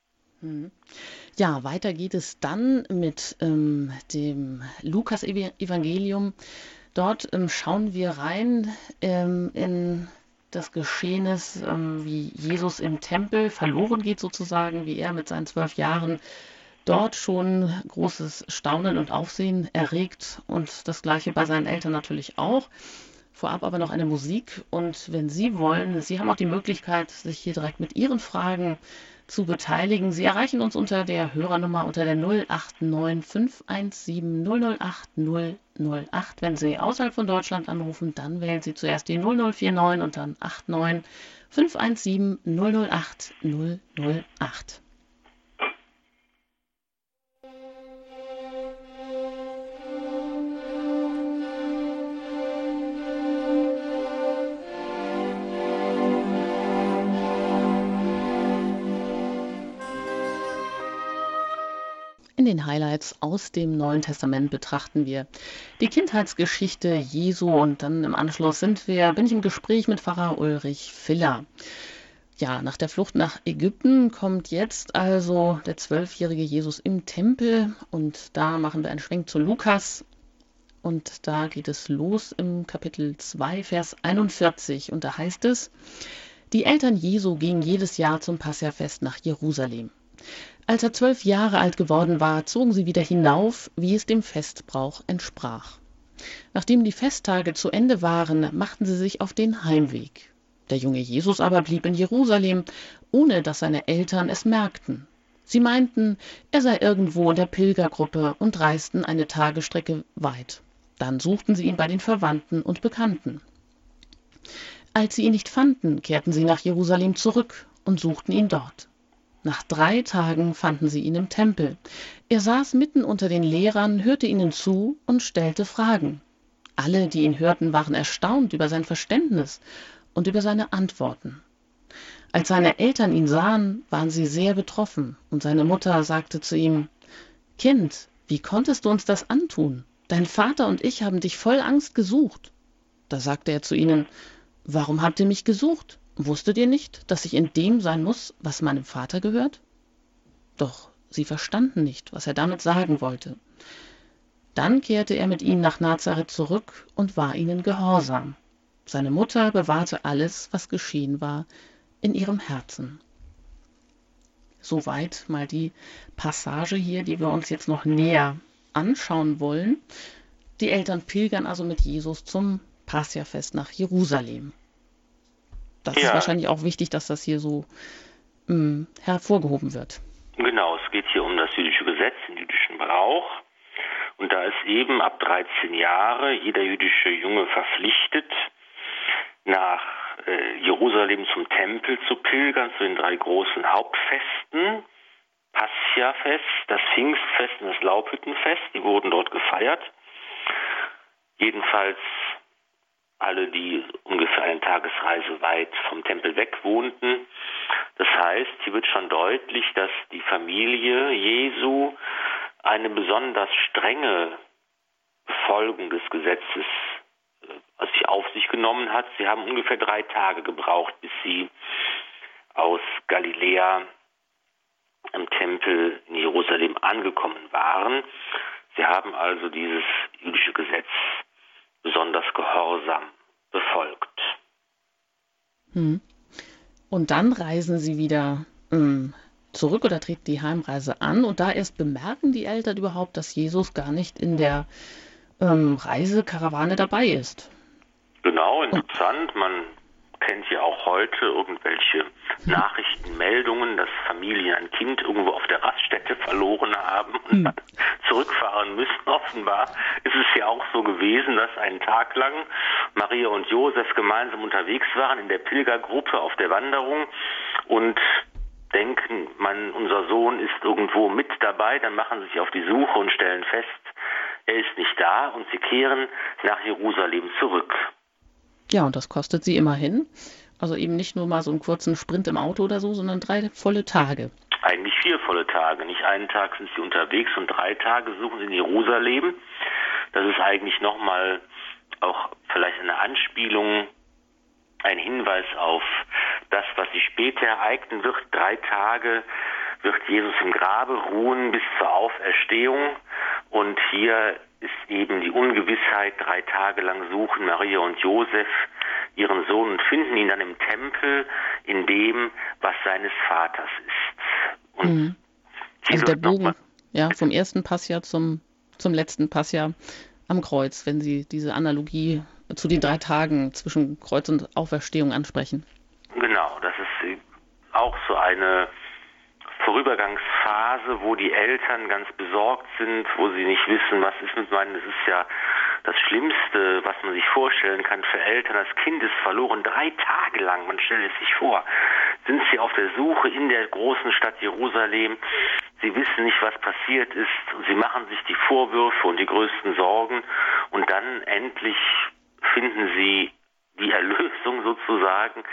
Ja, weiter geht es dann mit dem Lukas-Evangelium. Dort schauen wir rein in das Geschehnis, wie Jesus im Tempel verloren geht sozusagen, wie er mit seinen 12 Jahren dort schon großes Staunen und Aufsehen erregt und das Gleiche bei seinen Eltern natürlich auch. Vorab aber noch eine Musik. Und wenn Sie wollen, Sie haben auch die Möglichkeit, sich hier direkt mit Ihren Fragen zu beteiligen. Sie erreichen uns unter der Hörernummer unter der 089 517 008 008. Wenn Sie außerhalb von Deutschland anrufen, dann wählen Sie zuerst die 0049 und dann 89 517 008 008. In den Highlights aus dem Neuen Testament betrachten wir die Kindheitsgeschichte Jesu und dann im Anschluss bin ich im Gespräch mit Pfarrer Ulrich Filler. Ja, nach der Flucht nach Ägypten kommt jetzt also der 12-jährige Jesus im Tempel und da machen wir einen Schwenk zu Lukas und da geht es los im Kapitel 2, Vers 41 und da heißt es: Die Eltern Jesu gingen jedes Jahr zum Passafest nach Jerusalem. Als er 12 Jahre alt geworden war, zogen sie wieder hinauf, wie es dem Festbrauch entsprach. Nachdem die Festtage zu Ende waren, machten sie sich auf den Heimweg. Der junge Jesus aber blieb in Jerusalem, ohne dass seine Eltern es merkten. Sie meinten, er sei irgendwo in der Pilgergruppe und reisten eine Tagesstrecke weit. Dann suchten sie ihn bei den Verwandten und Bekannten. Als sie ihn nicht fanden, kehrten sie nach Jerusalem zurück und suchten ihn dort. Nach 3 Tagen fanden sie ihn im Tempel. Er saß mitten unter den Lehrern, hörte ihnen zu und stellte Fragen. Alle, die ihn hörten, waren erstaunt über sein Verständnis und über seine Antworten. Als seine Eltern ihn sahen, waren sie sehr betroffen, und seine Mutter sagte zu ihm: Kind, wie konntest du uns das antun? Dein Vater und ich haben dich voll Angst gesucht. Da sagte er zu ihnen: Warum habt ihr mich gesucht? Wusstet ihr nicht, dass ich in dem sein muss, was meinem Vater gehört? Doch sie verstanden nicht, was er damit sagen wollte. Dann kehrte er mit ihnen nach Nazareth zurück und war ihnen gehorsam. Seine Mutter bewahrte alles, was geschehen war, in ihrem Herzen. Soweit mal die Passage hier, die wir uns jetzt noch näher anschauen wollen. Die Eltern pilgern also mit Jesus zum Passiafest nach Jerusalem. Das ist wahrscheinlich auch wichtig, dass das hier so hervorgehoben wird. Genau, es geht hier um das jüdische Gesetz, den jüdischen Brauch. Und da ist eben ab 13 Jahre jeder jüdische Junge verpflichtet, nach Jerusalem zum Tempel zu pilgern, zu den 3 großen Hauptfesten. Passiafest, das Pfingstfest und das Laubhüttenfest, die wurden dort gefeiert. Jedenfalls alle, die ungefähr eine Tagesreise weit vom Tempel weg wohnten. Das heißt, hier wird schon deutlich, dass die Familie Jesu eine besonders strenge Befolgung des Gesetzes auf sich genommen hat. Sie haben ungefähr 3 Tage gebraucht, bis sie aus Galiläa im Tempel in Jerusalem angekommen waren. Sie haben also dieses jüdische Gesetz besonders gehorsam befolgt. Und dann reisen sie wieder zurück oder treten die Heimreise an und da erst bemerken die Eltern überhaupt, dass Jesus gar nicht in der Reisekarawane dabei ist. Genau, interessant. Man kennt ja auch heute irgendwelche Nachrichtenmeldungen, dass Familien ein Kind irgendwo auf der Raststätte verloren haben und dann zurückfahren müssen. Offenbar ist es ja auch so gewesen, dass einen Tag lang Maria und Josef gemeinsam unterwegs waren in der Pilgergruppe auf der Wanderung und denken, unser Sohn ist irgendwo mit dabei, dann machen sie sich auf die Suche und stellen fest, er ist nicht da und sie kehren nach Jerusalem zurück. Ja, und das kostet sie immerhin. Also eben nicht nur mal so einen kurzen Sprint im Auto oder so, sondern 3 volle Tage. Eigentlich 4 volle Tage. Nicht einen Tag sind sie unterwegs und 3 Tage suchen sie in Jerusalem. Das ist eigentlich nochmal auch vielleicht eine Anspielung, ein Hinweis auf das, was sich später ereignen wird. 3 Tage wird Jesus im Grabe ruhen bis zur Auferstehung. Und hier ist eben die Ungewissheit, 3 Tage lang suchen Maria und Josef ihren Sohn und finden ihn dann im Tempel in dem, was seines Vaters ist. Und also der Bogen vom ersten Passjahr zum letzten Passjahr am Kreuz, wenn Sie diese Analogie zu den 3 Tagen zwischen Kreuz und Auferstehung ansprechen. Genau, das ist auch so eine Vorübergangsphase, wo die Eltern ganz besorgt sind, wo sie nicht wissen, was ist mit meinem, das ist ja das Schlimmste, was man sich vorstellen kann für Eltern. Das Kind ist verloren, 3 Tage lang, man stellt es sich vor, sind sie auf der Suche in der großen Stadt Jerusalem. Sie wissen nicht, was passiert ist, und sie machen sich die Vorwürfe und die größten Sorgen, und dann endlich finden sie die Erlösung sozusagen,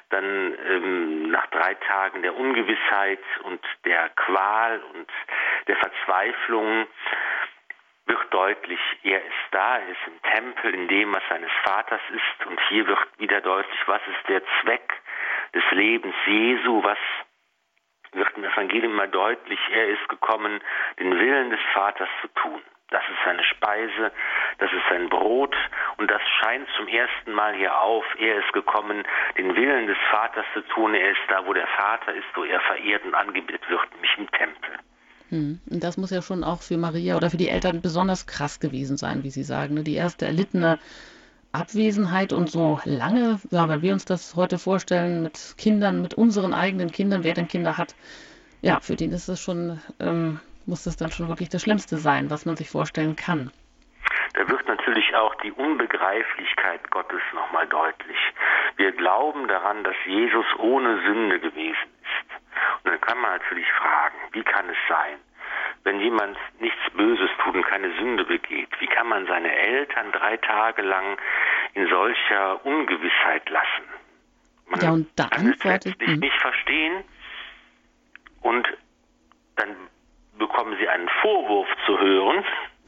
dann nach 3 Tagen der Ungewissheit und der Qual und der Verzweiflung wird deutlich, er ist da, er ist im Tempel, in dem, was seines Vaters ist, und hier wird wieder deutlich, was ist der Zweck des Lebens Jesu, was wird im Evangelium immer deutlich, er ist gekommen, den Willen des Vaters zu tun. Das ist seine Speise, das ist sein Brot, und das scheint zum ersten Mal hier auf. Er ist gekommen, den Willen des Vaters zu tun. Er ist da, wo der Vater ist, wo er verehrt und angebetet wird, nämlich im Tempel. Und das muss ja schon auch für Maria oder für die Eltern besonders krass gewesen sein, wie Sie sagen, ne? Die erste erlittene Abwesenheit, und so lange, ja, wenn wir uns das heute vorstellen, mit Kindern, mit unseren eigenen Kindern, wer denn Kinder hat, ja, für den ist es schon, muss das dann schon wirklich das Schlimmste sein, was man sich vorstellen kann. Da wird natürlich auch die Unbegreiflichkeit Gottes nochmal deutlich. Wir glauben daran, dass Jesus ohne Sünde gewesen ist. Und dann kann man natürlich fragen, wie kann es sein, wenn jemand nichts Böses tut und keine Sünde begeht, wie kann man seine Eltern 3 Tage lang in solcher Ungewissheit lassen? Man Ja, und da kann es antwortet, letztlich nicht verstehen, und dann bekommen sie einen Vorwurf zu hören.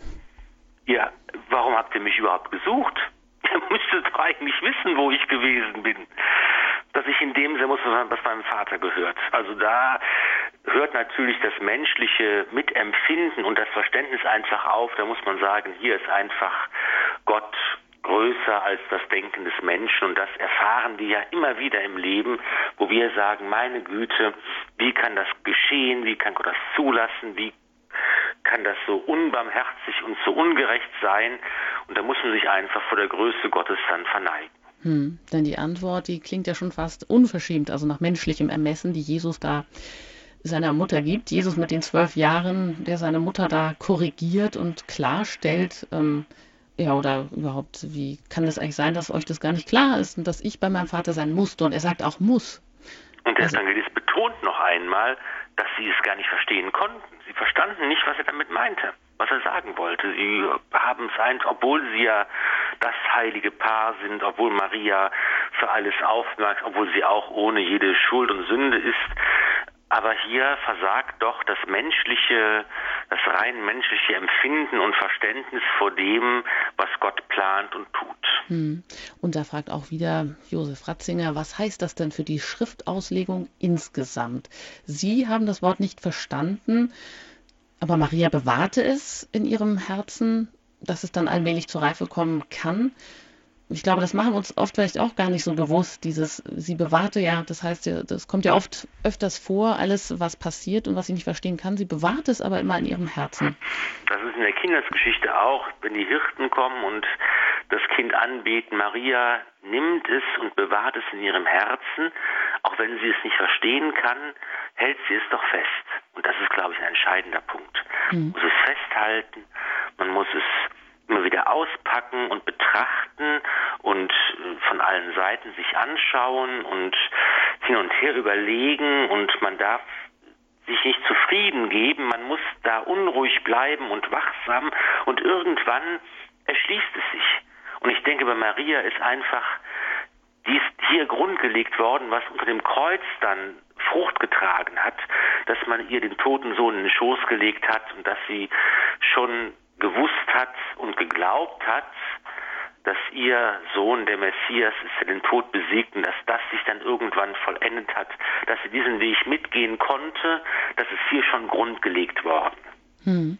Ja, warum habt ihr mich überhaupt gesucht? Ihr müsstet doch eigentlich wissen, wo ich gewesen bin. Dass ich in dem Sinne muss, was meinem Vater gehört. Also da hört natürlich das menschliche Mitempfinden und das Verständnis einfach auf. Da muss man sagen, hier ist einfach Gott größer als das Denken des Menschen, und das erfahren wir ja immer wieder im Leben, wo wir sagen, meine Güte, wie kann das geschehen, wie kann Gott das zulassen, wie kann das so unbarmherzig und so ungerecht sein, und da muss man sich einfach vor der Größe Gottes dann verneigen. Denn die Antwort, die klingt ja schon fast unverschämt, also nach menschlichem Ermessen, die Jesus da seiner Mutter gibt. Jesus mit den 12 Jahren, der seine Mutter da korrigiert und klarstellt, ja, oder überhaupt, wie kann es eigentlich sein, dass euch das gar nicht klar ist und dass ich bei meinem Vater sein musste? Und er sagt auch muss. Und der Evangelist betont noch einmal, dass sie es gar nicht verstehen konnten. Sie verstanden nicht, was er damit meinte, was er sagen wollte. Sie haben es eigentlich, obwohl sie ja das heilige Paar sind, obwohl Maria für alles aufmerksam, obwohl sie auch ohne jede Schuld und Sünde ist. Aber hier versagt doch das menschliche, das rein menschliche Empfinden und Verständnis vor dem, was Gott plant und tut. Und da fragt auch wieder Josef Ratzinger, was heißt das denn für die Schriftauslegung insgesamt? Sie haben das Wort nicht verstanden, aber Maria bewahrte es in ihrem Herzen, dass es dann allmählich zur Reife kommen kann. Ich glaube, das machen wir uns oft vielleicht auch gar nicht so bewusst, sie bewahrte ja, das heißt ja, das kommt ja oft öfters vor, alles, was passiert und was sie nicht verstehen kann, sie bewahrt es aber immer in ihrem Herzen. Das ist in der Kindesgeschichte auch, wenn die Hirten kommen und das Kind anbeten, Maria nimmt es und bewahrt es in ihrem Herzen, auch wenn sie es nicht verstehen kann, hält sie es doch fest. Und das ist, glaube ich, ein entscheidender Punkt. Man muss es festhalten, man muss es immer wieder auspacken und betrachten und von allen Seiten sich anschauen und hin und her überlegen, und man darf sich nicht zufrieden geben, man muss da unruhig bleiben und wachsam, und irgendwann erschließt es sich. Und ich denke, bei Maria ist einfach dies hier grundgelegt worden, was unter dem Kreuz dann Frucht getragen hat, dass man ihr den toten Sohn in den Schoß gelegt hat und dass sie schon gewusst hat und geglaubt hat, dass ihr Sohn, der Messias, ist, der den Tod besiegt, und dass das sich dann irgendwann vollendet hat, dass sie diesen Weg mitgehen konnte, das ist hier schon grundgelegt worden.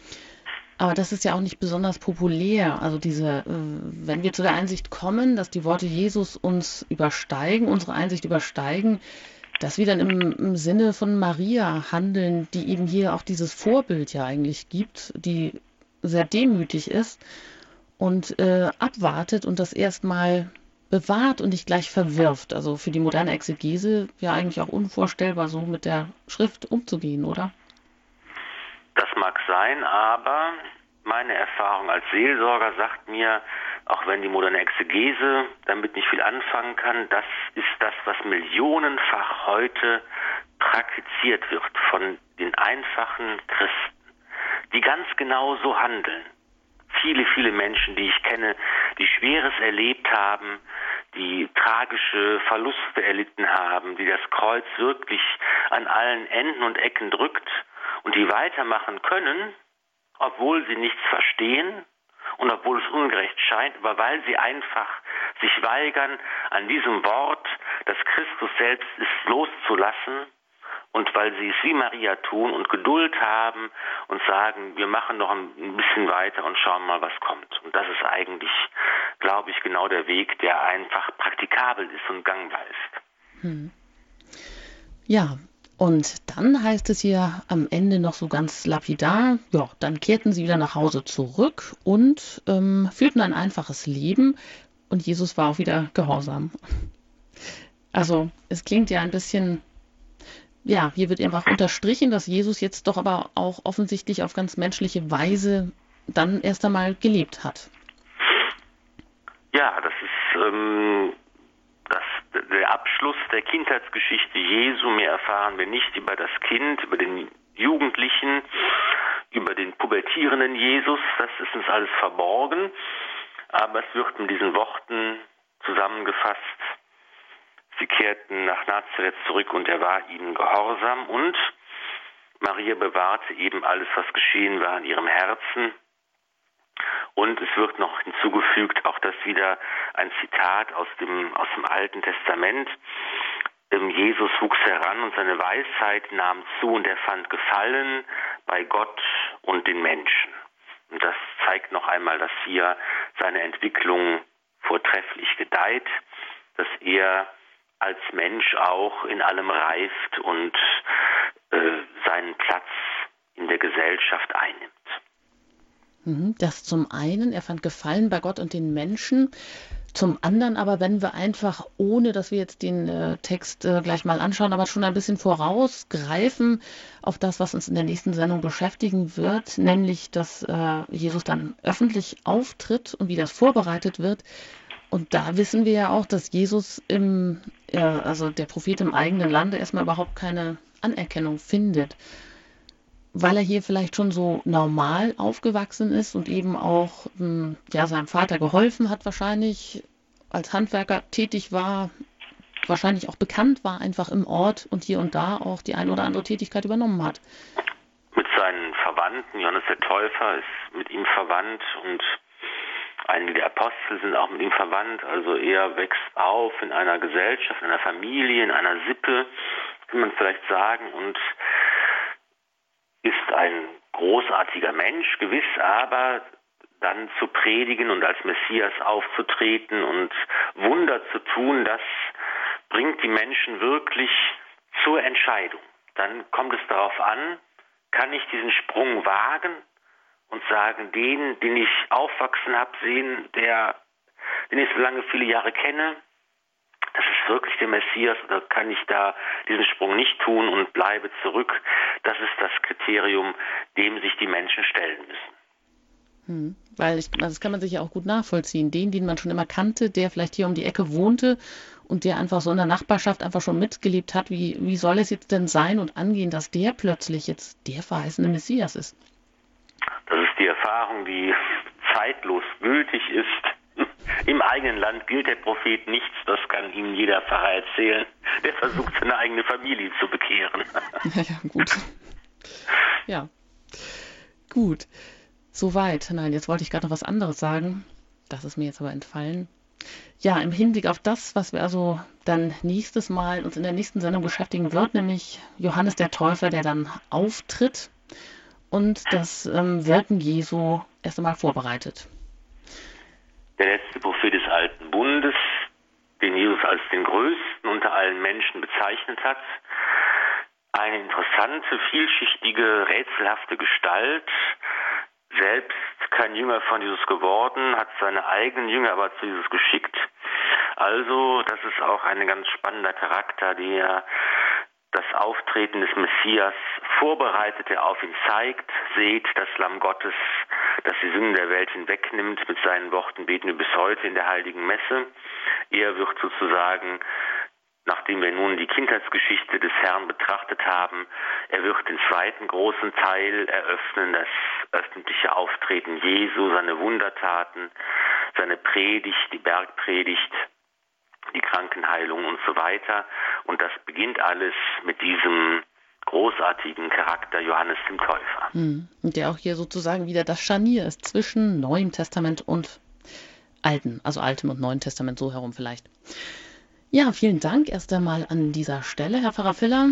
Aber das ist ja auch nicht besonders populär. Also wenn wir zu der Einsicht kommen, dass die Worte Jesus uns übersteigen, unsere Einsicht übersteigen, dass wir dann im Sinne von Maria handeln, die eben hier auch dieses Vorbild ja eigentlich gibt, die sehr demütig ist und abwartet und das erstmal bewahrt und nicht gleich verwirft. Also für die moderne Exegese ja eigentlich auch unvorstellbar, so mit der Schrift umzugehen, oder? Das mag sein, aber meine Erfahrung als Seelsorger sagt mir, auch wenn die moderne Exegese damit nicht viel anfangen kann, das ist das, was millionenfach heute praktiziert wird von den einfachen Christen, die ganz genau so handeln. Viele, viele Menschen, die ich kenne, die Schweres erlebt haben, die tragische Verluste erlitten haben, die das Kreuz wirklich an allen Enden und Ecken drückt und die weitermachen können, obwohl sie nichts verstehen und obwohl es ungerecht scheint, aber weil sie einfach sich weigern, an diesem Wort, das Christus selbst ist, loszulassen, und weil sie es wie Maria tun und Geduld haben und sagen, wir machen noch ein bisschen weiter und schauen mal, was kommt. Und das ist eigentlich, glaube ich, genau der Weg, der einfach praktikabel ist und gangbar ist. Ja, und dann heißt es hier am Ende noch so ganz lapidar, ja, dann kehrten sie wieder nach Hause zurück und führten ein einfaches Leben und Jesus war auch wieder gehorsam. Also es klingt ja ein bisschen, ja, hier wird einfach unterstrichen, dass Jesus jetzt doch aber auch offensichtlich auf ganz menschliche Weise dann erst einmal gelebt hat. Ja, das ist der Abschluss der Kindheitsgeschichte Jesu. Mehr erfahren wir nicht über das Kind, über den Jugendlichen, über den pubertierenden Jesus. Das ist uns alles verborgen. Aber es wird in diesen Worten zusammengefasst: Sie kehrten nach Nazareth zurück und er war ihnen gehorsam und Maria bewahrte eben alles, was geschehen war, in ihrem Herzen. Und es wird noch hinzugefügt, auch das wieder ein Zitat aus dem Alten Testament. Jesus wuchs heran und seine Weisheit nahm zu und er fand Gefallen bei Gott und den Menschen. Und das zeigt noch einmal, dass hier seine Entwicklung vortrefflich gedeiht, dass er als Mensch auch in allem reift und seinen Platz in der Gesellschaft einnimmt. Das zum einen, er fand Gefallen bei Gott und den Menschen. Zum anderen aber, wenn wir einfach, ohne dass wir jetzt den Text gleich mal anschauen, aber schon ein bisschen vorausgreifen auf das, was uns in der nächsten Sendung beschäftigen wird, nämlich, dass Jesus dann öffentlich auftritt und wie das vorbereitet wird. Und da wissen wir ja auch, dass Jesus also der Prophet im eigenen Lande erstmal überhaupt keine Anerkennung findet, weil er hier vielleicht schon so normal aufgewachsen ist und eben auch seinem Vater geholfen hat wahrscheinlich, als Handwerker tätig war, wahrscheinlich auch bekannt war einfach im Ort und hier und da auch die eine oder andere Tätigkeit übernommen hat. Mit seinen Verwandten, Johannes der Täufer ist mit ihm verwandt und einige der Apostel sind auch mit ihm verwandt. Also er wächst auf in einer Gesellschaft, in einer Familie, in einer Sippe, kann man vielleicht sagen, und ist ein großartiger Mensch, gewiss, aber dann zu predigen und als Messias aufzutreten und Wunder zu tun, das bringt die Menschen wirklich zur Entscheidung. Dann kommt es darauf an, kann ich diesen Sprung wagen und sagen, den ich aufwachsen habe, sehen, den ich so lange, viele Jahre kenne, das ist wirklich der Messias, oder kann ich da diesen Sprung nicht tun und bleibe zurück? Das ist das Kriterium, dem sich die Menschen stellen müssen. Weil das kann man sich ja auch gut nachvollziehen. Den man schon immer kannte, der vielleicht hier um die Ecke wohnte und der einfach so in der Nachbarschaft einfach schon mitgelebt hat, wie soll es jetzt denn sein und angehen, dass der plötzlich jetzt der verheißene Messias ist? Das ist die Erfahrung, die zeitlos gültig ist. Im eigenen Land gilt der Prophet nichts, das kann Ihnen jeder Pfarrer erzählen. Der versucht, seine eigene Familie zu bekehren. Ja, gut. Ja, gut. Soweit. Nein, jetzt wollte ich gerade noch was anderes sagen. Das ist mir jetzt aber entfallen. Ja, im Hinblick auf das, was wir also dann nächstes Mal uns in der nächsten Sendung beschäftigen wird, nämlich Johannes der Täufer, der dann auftritt und das Wirken Jesu erst einmal vorbereitet. Der letzte Prophet des Alten Bundes, den Jesus als den größten unter allen Menschen bezeichnet hat. Eine interessante, vielschichtige, rätselhafte Gestalt, selbst kein Jünger von Jesus geworden, hat seine eigenen Jünger aber zu Jesus geschickt. Also, das ist auch ein ganz spannender Charakter, der das Auftreten des Messias vorbereitet, der auf ihn zeigt. Seht das Lamm Gottes, das die Sünden der Welt hinwegnimmt. Mit seinen Worten beten wir bis heute in der Heiligen Messe. Er wird sozusagen, nachdem wir nun die Kindheitsgeschichte des Herrn betrachtet haben, er wird den zweiten großen Teil eröffnen, das öffentliche Auftreten Jesu, seine Wundertaten, seine Predigt, die Bergpredigt, die Krankenheilung und so weiter. Und das beginnt alles mit diesem großartigen Charakter Johannes dem Täufer. Und der auch hier sozusagen wieder das Scharnier ist zwischen Neuem Testament und Alten, also Altem und Neuen Testament, so herum vielleicht. Ja, vielen Dank erst einmal an dieser Stelle, Herr Pfarrer Viller,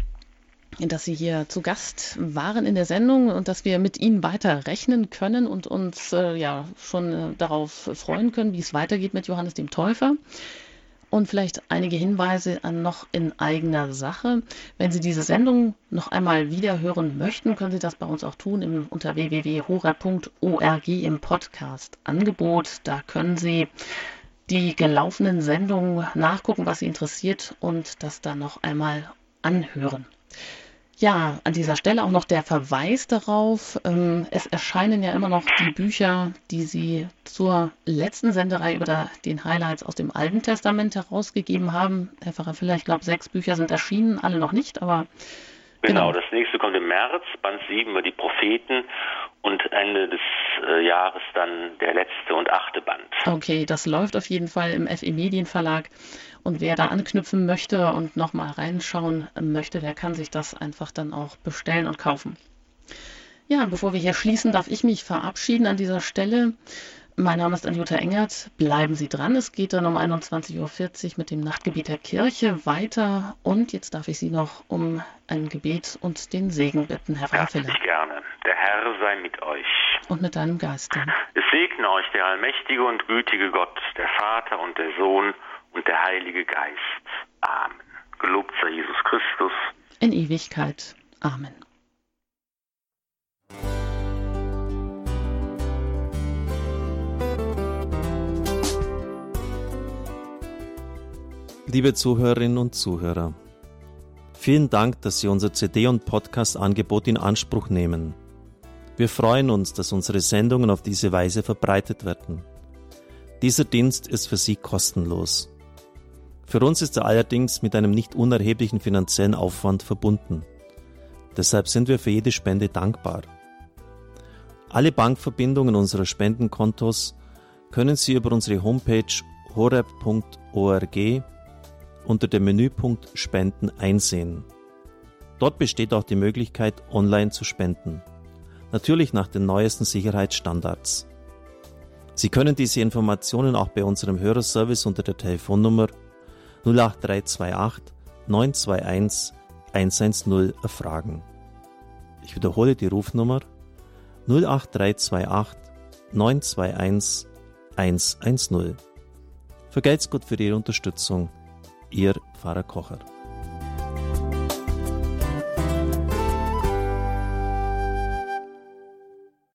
dass Sie hier zu Gast waren in der Sendung und dass wir mit Ihnen weiter rechnen können und uns schon darauf freuen können, wie es weitergeht mit Johannes dem Täufer. Und vielleicht einige Hinweise noch in eigener Sache. Wenn Sie diese Sendung noch einmal wieder hören möchten, können Sie das bei uns auch tun unter www.horeb.org im Podcast-Angebot. Da können Sie die gelaufenen Sendungen nachgucken, was Sie interessiert und das dann noch einmal anhören. Ja, an dieser Stelle auch noch der Verweis darauf. Es erscheinen ja immer noch die Bücher, die Sie zur letzten Senderei über den Highlights aus dem Alten Testament herausgegeben haben. Herr Pfarrer Viller, ich glaube 6 Bücher sind erschienen, alle noch nicht, aber Genau, das nächste kommt im März, Band 7 über die Propheten und Ende des Jahres dann der letzte und 8. Band. Okay, das läuft auf jeden Fall im FE Medienverlag. Und wer da anknüpfen möchte und nochmal reinschauen möchte, der kann sich das einfach dann auch bestellen und kaufen. Ja, bevor wir hier schließen, darf ich mich verabschieden an dieser Stelle. Mein Name ist Anjuta Engert. Bleiben Sie dran. Es geht dann um 21.40 Uhr mit dem Nachtgebet der Kirche weiter. Und jetzt darf ich Sie noch um ein Gebet und den Segen bitten, Herr Pfarrer Viller. Herzlich gerne. Der Herr sei mit euch. Und mit deinem Geiste. Es segne euch der allmächtige und gütige Gott, der Vater und der Sohn und der Heilige Geist. Amen. Gelobt sei Jesus Christus. In Ewigkeit. Amen. Liebe Zuhörerinnen und Zuhörer, vielen Dank, dass Sie unser CD- und Podcast-Angebot in Anspruch nehmen. Wir freuen uns, dass unsere Sendungen auf diese Weise verbreitet werden. Dieser Dienst ist für Sie kostenlos. Für uns ist er allerdings mit einem nicht unerheblichen finanziellen Aufwand verbunden. Deshalb sind wir für jede Spende dankbar. Alle Bankverbindungen unserer Spendenkontos können Sie über unsere Homepage horeb.org unter dem Menüpunkt Spenden einsehen. Dort besteht auch die Möglichkeit, online zu spenden. Natürlich nach den neuesten Sicherheitsstandards. Sie können diese Informationen auch bei unserem Hörerservice unter der Telefonnummer 08328 921 110 erfragen. Ich wiederhole die Rufnummer 08328 921 110. Vergelt's Gott für Ihre Unterstützung. Ihr Pfarrer Kocher.